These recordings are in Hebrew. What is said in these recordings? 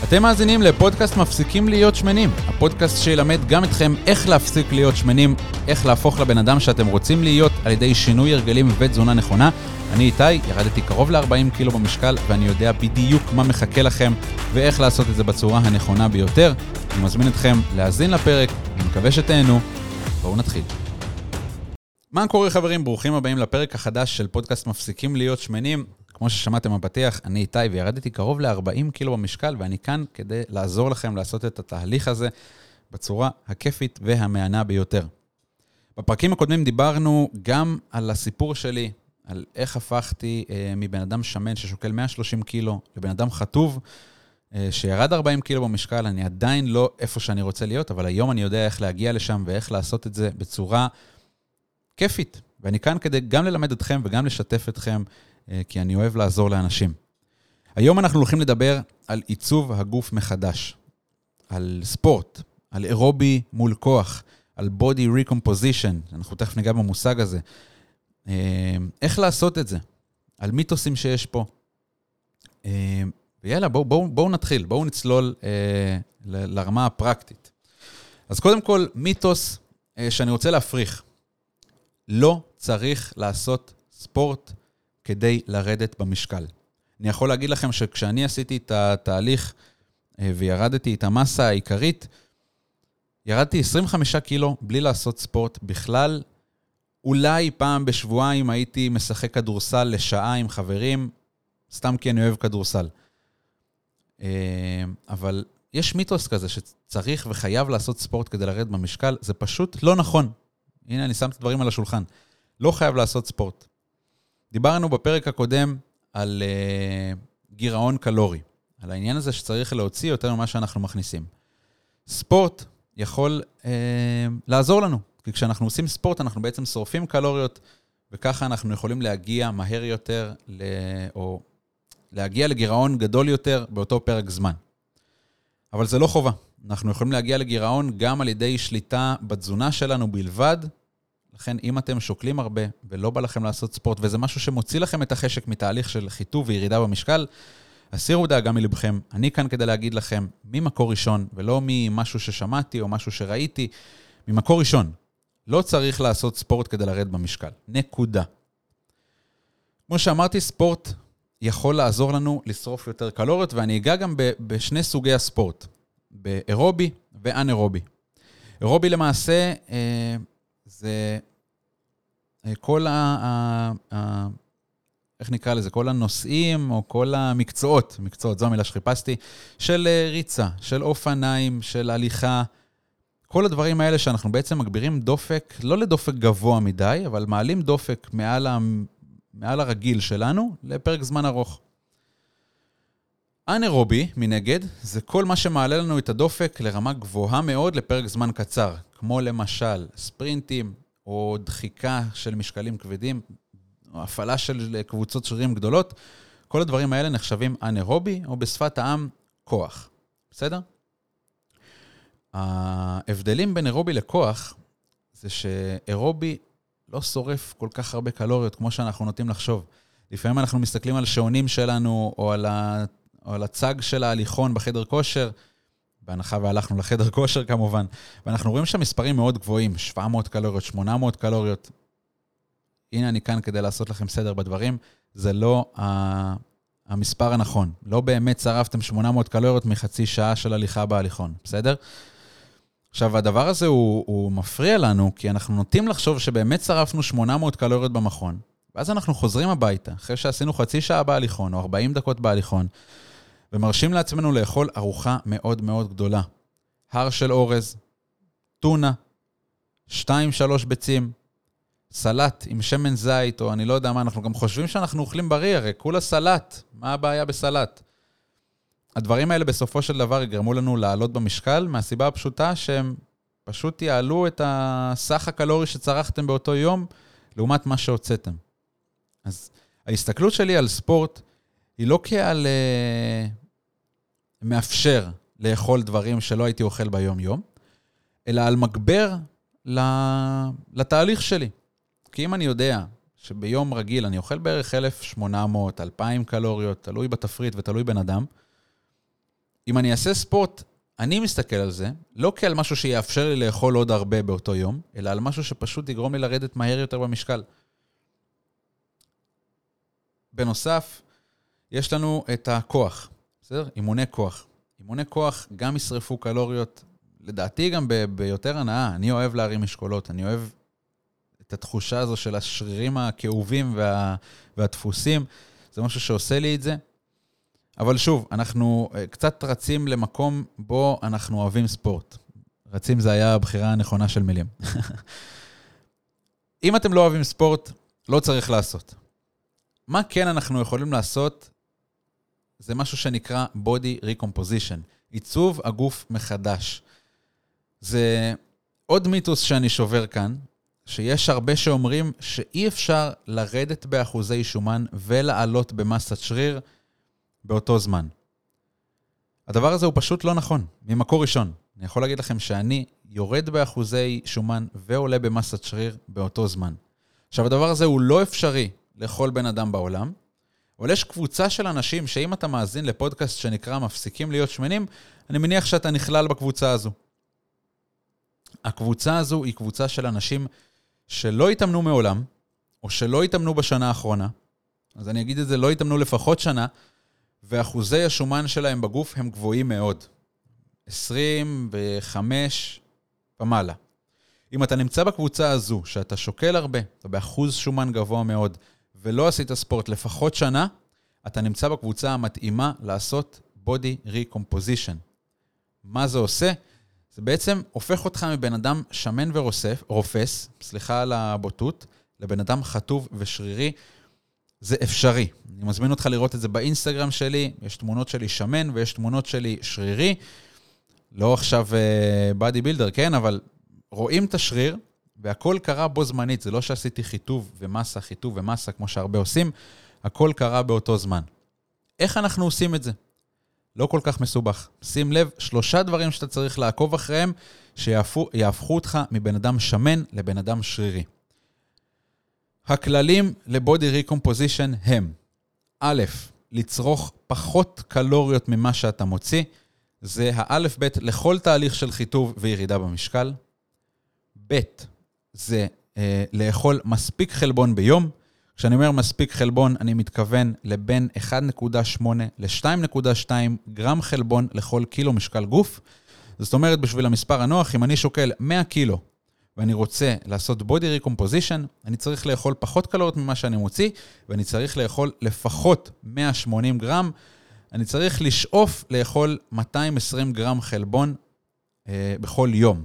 אתם מאזינים לפודקאסט מפסיקים להיות שמנים, הפודקאסט שילמד גם אתכם איך להפסיק להיות שמנים, איך להפוך לבן אדם שאתם רוצים להיות על ידי שינוי הרגלים ותזונה נכונה. אני איתי, ירדתי קרוב ל-40 קילו במשקל ואני יודע בדיוק מה מחכה לכם ואיך לעשות את זה בצורה הנכונה ביותר. אני מזמין אתכם להאזין לפרק, אני מקווה שתהנו. בואו נתחיל. מה קורה חברים? ברוכים הבאים לפרק החדש של פודקאסט מפסיקים להיות שמנים. כמו ששמעתם בפתיח, אני איתי וירדתי קרוב ל-40 קילו במשקל, ואני כאן כדי לעזור לכם לעשות את התהליך הזה בצורה הכיפית והמענה ביותר. בפרקים הקודמים דיברנו גם על הסיפור שלי, על איך הפכתי מבן אדם שמן ששוקל 130 קילו לבן אדם חטוב, שירד 40 קילו במשקל. אני עדיין לא איפה שאני רוצה להיות, אבל היום אני יודע איך להגיע לשם ואיך לעשות את זה בצורה כיפית. ואני כאן כדי גם ללמד אתכם וגם לשתף אתכם, כי אני אוהב לעזור לאנשים. היום אנחנו הולכים לדבר על עיצוב הגוף מחדש, על ספורט, על אירובי מול כוח, על body recomposition, אנחנו תכף ניגע במושג הזה. איך לעשות את זה, על מיתוסים שיש פה. ויאללה, בואו נתחיל, בואו נצלול לרמה הפרקטית. אז קודם כל, מיתוס שאני רוצה להפריך. לא צריך לעשות ספורט כדי לרדת במשקל. אני יכול להגיד לכם שכשאני עשיתי את התהליך וירדתי את המסה העיקרית, ירדתי 25 קילו בלי לעשות ספורט בכלל. אולי פעם בשבועיים הייתי משחק כדורסל לשעה עם חברים, סתם כי אני אוהב כדורסל. אבל יש מיתוס כזה שצריך וחייב לעשות ספורט כדי לרדת במשקל, זה פשוט לא נכון. הנה אני שם את הדברים על השולחן. לא חייב לעשות ספורט. דיברנו בפרק הקודם על גירעון קלורי, על העניין הזה שצריך להוציא יותר ממה שאנחנו מכניסים. ספורט יכול לעזור לנו, כי כשאנחנו עושים ספורט אנחנו בעצם שורפים קלוריות, וככה אנחנו יכולים להגיע מהר יותר, או להגיע לגירעון גדול יותר באותו פרק זמן. אבל זה לא חובה. אנחנו יכולים להגיע לגירעון גם על ידי שליטה בתזונה שלנו בלבד, לכן אם אתם שוקלים הרבה ולא בא לכם לעשות ספורט, וזה משהו שמוציא לכם את החשק מתהליך של חיטוב וירידה במשקל, הסירו דאגה מלבכם. אני כאן כדי להגיד לכם ממקור ראשון, ולא ממשהו ששמעתי או משהו שראיתי, ממקור ראשון. לא צריך לעשות ספורט כדי לרדת במשקל. נקודה. כמו שאמרתי, ספורט יכול לעזור לנו לשרוף יותר קלוריות, ואני אגע גם בשני סוגי הספורט, באירובי ואנאירובי. אירובי למעשה זה כל איך נקרא לזה? כל הנושאים או כל המקצועות, זו המילה שחיפשתי, של ריצה, של אופניים, של הליכה, כל הדברים האלה שאנחנו בעצם מגבירים דופק, לא לדופק גבוה מדי, אבל מעלים דופק מעל הרגיל שלנו לפרק זמן ארוך. אנאירובי, מנגד, זה כל מה שמעלה לנו את הדופק לרמה גבוהה מאוד לפרק זמן קצר, כמו למשל ספרינטים או דחיקה של משקלים כבדים, או הפעלה של קבוצות שרירים גדולות. כל הדברים האלה נחשבים אנאירובי, או בשפת העם כוח. בסדר? ההבדלים בין אירובי לכוח, זה שאירובי לא שורף כל כך הרבה קלוריות, כמו שאנחנו נוטים לחשוב. לפעמים אנחנו מסתכלים על שעונים שלנו, או על הצג של ההליכון בחדר כושר, בהנחה והלכנו לחדר כושר כמובן, ואנחנו רואים שם מספרים מאוד גבוהים, 700 קלוריות, 800 קלוריות. הנה אני כאן כדי לעשות לכם סדר בדברים, זה לא המספר הנכון. לא באמת שרפתם 800 קלוריות מחצי שעה של הליכה בהליכון, בסדר? עכשיו, הדבר הזה הוא מפריע לנו, כי אנחנו נוטים לחשוב שבאמת שרפנו 800 קלוריות במכון, ואז אנחנו חוזרים הביתה, אחרי שעשינו חצי שעה בהליכון, או 40 דקות בהליכון, ומרשים לעצמנו לאכול ארוחה מאוד מאוד גדולה. הר של אורז, טונה, 2-3 ביצים, סלט עם שמן זית, או אני לא יודע מה, אנחנו גם חושבים שאנחנו אוכלים בריא, הרי כולה סלט, מה הבעיה בסלט? הדברים האלה בסופו של דבר יגרמו לנו לעלות במשקל, מהסיבה הפשוטה שהם פשוט יעלו את הסך הקלורי שצרכתם באותו יום, לעומת מה שהוצאתם. אז ההסתכלות שלי על ספורט, היא לא כעל מאפשר לאכול דברים שלא הייתי אוכל ביום יום, אלא על מגבר לתהליך שלי. כי אם אני יודע שביום רגיל אני אוכל בערך 1,800, 2,000 קלוריות, תלוי בתפריט ותלוי בן אדם, אם אני אעשה ספורט, אני מסתכל על זה, לא כעל משהו שיאפשר לי לאכול עוד הרבה באותו יום, אלא על משהו שפשוט יגרום לי לרדת מהר יותר במשקל. בנוסף, יש לנו את הכוח, בסדר? אימוני כוח. אימוני כוח גם ישרפו קלוריות, לדעתי גם ביותר הנאה. אני אוהב להרים משקולות, אני אוהב את התחושה הזו של השרירים הכאובים והדפוסים, זה משהו שעושה לי את זה. אבל שוב, אנחנו קצת רצים למקום בו אנחנו אוהבים ספורט. רצים זה היה הבחירה הנכונה של מילים. אם אתם לא אוהבים ספורט, לא צריך לעשות. מה כן אנחנו יכולים לעשות? זה משהו שנקרא body recomposition, עיצוב הגוף מחדש. זה עוד מיתוס שאני שובר כאן, שיש הרבה שאומרים שאי אפשר לרדת באחוזי שומן ולעלות במסת שריר באותו זמן. הדבר הזה הוא פשוט לא נכון, ממקור ראשון. אני יכול להגיד לכם שאני יורד באחוזי שומן ועולה במסת שריר באותו זמן. עכשיו, הדבר הזה הוא לא אפשרי לכל בן אדם בעולם, אבל יש קבוצה של אנשים שאם אתה מאזין לפודקאסט שנקרא מפסיקים להיות שמנים, אני מניח שאתה נכלל בקבוצה הזו. הקבוצה הזו היא קבוצה של אנשים שלא התאמנו מעולם, או שלא התאמנו בשנה האחרונה. אז אני אגיד את זה, לא התאמנו לפחות שנה, ואחוזי השומן שלהם בגוף הם גבוהים מאוד. 25 ומעלה. אם אתה נמצא בקבוצה הזו, שאתה שוקל הרבה, אתה באחוז שומן גבוה מאוד, ולא עשית ספורט לפחות שנה, אתה נמצא בקבוצה המתאימה לעשות body recomposition. מה זה עושה? זה בעצם הופך אותך מבן אדם שמן ורופס, סליחה על הבוטות, לבן אדם חטוב ושרירי. זה אפשרי. אני מזמין אותך לראות את זה באינסטגרם שלי, יש תמונות שלי שמן ויש תמונות שלי שרירי. לא עכשיו בדי בילדר, כן? אבל רואים את השריר, והכל קרה בו זמנית. זה לא שעשיתי חיטוב ומסה, כמו שהרבה עושים. הכל קרה באותו זמן. איך אנחנו עושים את זה? לא כל כך מסובך. שים לב, 3 דברים שאתה צריך לעקוב אחריהם, שיהפכו אותך מבן אדם שמן לבן אדם שרירי. הכללים לבודי ריקומפוזישן הם, א', לצרוך פחות קלוריות ממה שאתה מוציא, זה האלף ב' לכל תהליך של חיטוב וירידה במשקל. ב', זה לאכול מספיק חלבון ביום. כשאני אומר מספיק חלבון, אני מתכוון לבין 1.8 ל-2.2 גרם חלבון לכל קילו משקל גוף. זאת אומרת, בשביל המספר הנוח, אם אני שוקל 100 קילו, ואני רוצה לעשות body recomposition, אני צריך לאכול פחות קלוריות ממה שאני מוציא, ואני צריך לאכול לפחות 180 גרם, אני צריך לשאוף לאכול 220 גרם חלבון בכל יום.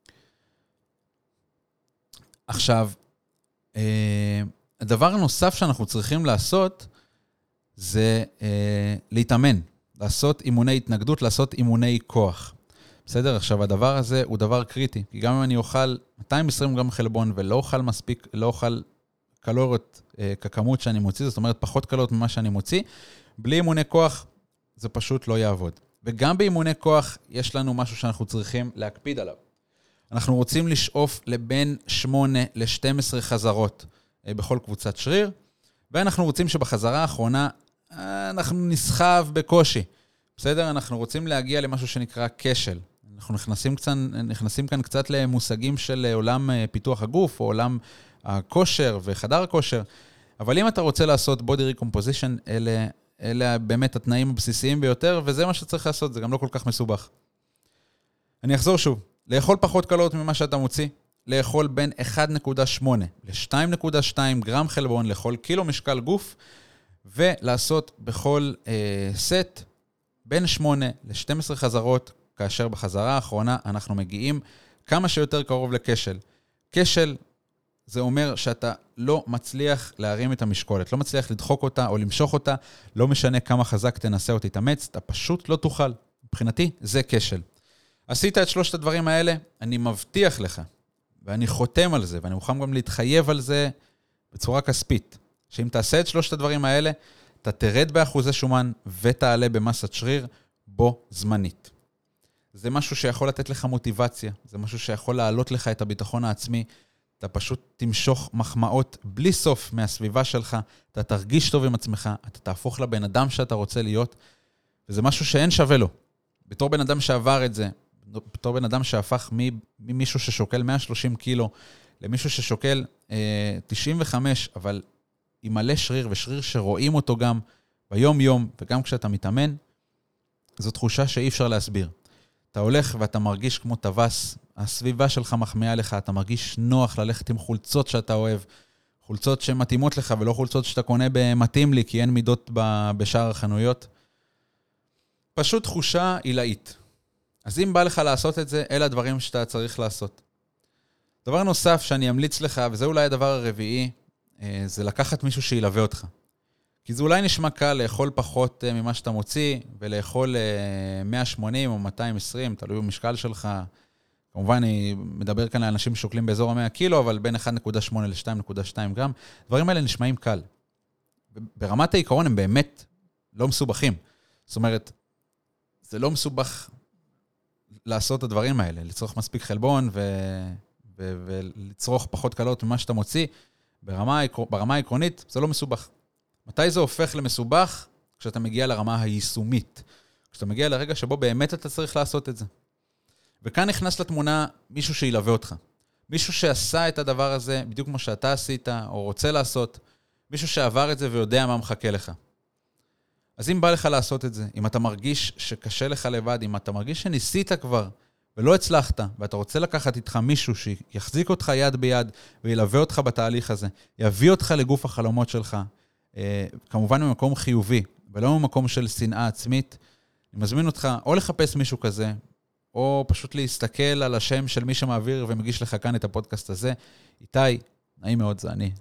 עכשיו, הדבר הנוסף שאנחנו צריכים לעשות, זה להתאמן, לעשות אימוני התנגדות, לעשות אימוני כוח. בסדר? עכשיו, הדבר הזה הוא דבר קריטי, כי גם אם אני אוכל 220 גרם חלבון ולא אוכל מספיק, לא אוכל קלוריות ככמות שאני מוציא, זאת אומרת פחות קלוריות ממה שאני מוציא, בלי אימוני כוח זה פשוט לא יעבוד. וגם באימוני כוח יש לנו משהו שאנחנו צריכים להקפיד עליו. אנחנו רוצים לשאוף לבין 8 ל-12 חזרות בכל קבוצת שריר, ואנחנו רוצים שבחזרה האחרונה אנחנו נסחב בקושי. בסדר? אנחנו רוצים להגיע למשהו שנקרא כשל. אנחנו נכנסים כאן קצת למושגים של עולם פיתוח הגוף, או עולם הכושר וחדר הכושר. אבל אם אתה רוצה לעשות body recomposition, אלה באמת התנאים הבסיסיים ביותר, וזה מה שצריך לעשות, זה גם לא כל כך מסובך. אני אחזור שוב, לאכול פחות קלוריות ממה שאתה מוציא, לאכול בין 1.8 ל-2.2 גרם חלבון לכל קילו משקל גוף, ולעשות בכל סט בין 8 ל-12 חזרות, כאשר בחזרה האחרונה אנחנו מגיעים כמה שיותר קרוב לכשל. כשל זה אומר שאתה לא מצליח להרים את המשקולת, לא מצליח לדחוק אותה או למשוך אותה, לא משנה כמה חזק תנסה או תתאמץ, אתה פשוט לא תוכל. מבחינתי זה כשל. עשית את 3 הדברים האלה, אני מבטיח לך, ואני חותם על זה, ואני מוכן גם להתחייב על זה בצורה כספית, שאם תעשה את 3 הדברים האלה, אתה תרד באחוזי שומן ותעלה במסת שריר בו זמנית. זה משהו שיכול לתת לך מוטיבציה, זה משהו שיכול להעלות לך את הביטחון העצמי, אתה פשוט תמשוך מחמאות בלי סוף מהסביבה שלך, אתה תרגיש טוב עם עצמך, אתה תהפוך לבן אדם שאתה רוצה להיות, וזה משהו שאין שווה לו. בתור בן אדם שעבר את זה, בתור בן אדם שהפך ממישהו ששוקל 130 קילו, למישהו ששוקל 95, אבל עם מלא שריר, ושריר שרואים אותו גם ביום-יום, וגם כשאתה מתאמן, זו תחושה שאי אפשר להסביר. אתה הולך ואתה מרגיש כמו טווס, הסביבה שלך מחמיאה לך, אתה מרגיש נוח ללכת עם חולצות שאתה אוהב, חולצות שמתאימות לך, ולא חולצות שאתה קונה במתאים לי, כי אין מידות בשאר החנויות. פשוט תחושה עילאית. אז אם בא לך לעשות את זה, אלה הדברים שאתה צריך לעשות. דבר נוסף שאני אמליץ לך, וזה אולי הדבר הרביעי, זה לקחת מישהו שילווה אותך. כי זה אולי נשמע קל לאכול פחות ממה שאתה מוציא, ולאכול 180 או 220, תלוי במשקל שלך. כמובן, אני מדבר כאן לאנשים ששוקלים באזור ה-100 קילו, אבל בין 1.8 ל-2.2 גרם. דברים האלה נשמעים קל. ברמת העיקרון הם באמת לא מסובכים. זאת אומרת, זה לא מסובך לעשות את הדברים האלה, לצרוך מספיק חלבון ולצרוך פחות קלות ממה שאתה מוציא. ברמה העקרונית זה לא מסובך. מתי זה הופך למסובך? כשאתה מגיע לרמה היישומית. כשאתה מגיע לרגע שבו באמת אתה צריך לעשות את זה. וכאן נכנס לתמונה מישהו שילווה אותך. מישהו שעשה את הדבר הזה בדיוק כמו שאתה עשית או רוצה לעשות. מישהו שעבר את זה ויודע מה מחכה לך. אז אם בא לך לעשות את זה, אם אתה מרגיש שקשה לך לבד, אם אתה מרגיש שניסית כבר ולא הצלחת, ואתה רוצה לקחת איתך מישהו שיחזיק אותך יד ביד וילווה אותך בתהליך הזה, יביא אותך לגוף החלומות שלך, כמובן ממקום חיובי, ולא ממקום של שנאה עצמית, אני מזמין אותך או לחפש מישהו כזה, או פשוט להסתכל על השם של מי שמעביר ומגיש לך כאן את הפודקאסט הזה. איתי, נעים מאוד, זה אני.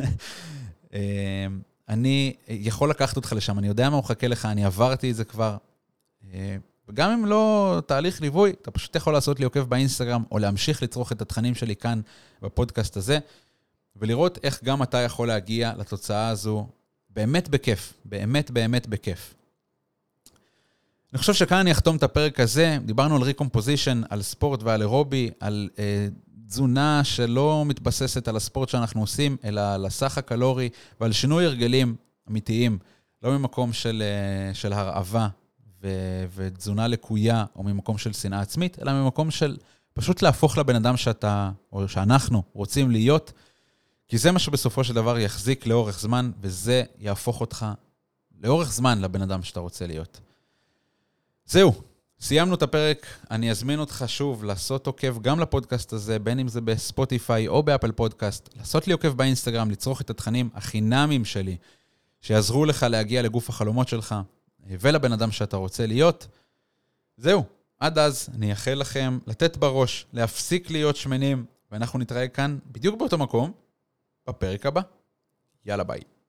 אני יכול לקחת אותך לשם, אני יודע מה הוא חכה לך, אני עברתי את זה כבר. וגם אם לא תהליך ליווי, אתה פשוט יכול לעשות לי עוקב באינסטגרם, או להמשיך לצרוך את התכנים שלי כאן בפודקאסט הזה, ולראות איך גם אתה יכול להגיע לתוצאה הזו באמת בכיף, באמת באמת בכיף. אני חושב שכאן אני אחתום את הפרק הזה, דיברנו על ריקומפוזישן, על ספורט ועל אירובי, על תזונה שלא מתבססת על הספורט שאנחנו עושים, אלא על הסך הקלורי ועל שינוי הרגלים אמיתיים, לא ממקום של הרעבה ותזונה לקויה, או ממקום של שנאה עצמית, אלא ממקום של פשוט להפוך לבן אדם שאתה, או שאנחנו רוצים להיות, כי זה מה שבסופו של דבר יחזיק לאורך זמן, וזה יהפוך אותך לאורך זמן לבן אדם שאתה רוצה להיות. זהו, סיימנו את הפרק, אני אזמין אותך שוב לעשות עוקב גם לפודקאסט הזה, בין אם זה בספוטיפיי או באפל פודקאסט, לעשות לי עוקב באינסטגרם, לצרוך את התכנים החינמיים שלי, שיעזרו לך להגיע לגוף החלומות שלך, ולבן אדם שאתה רוצה להיות. זהו, עד אז אני אאחל לכם לתת בראש, להפסיק להיות שמנים, ואנחנו נתראה כאן בדיוק באותו מקום, בפרק הבא. יאללה ביי.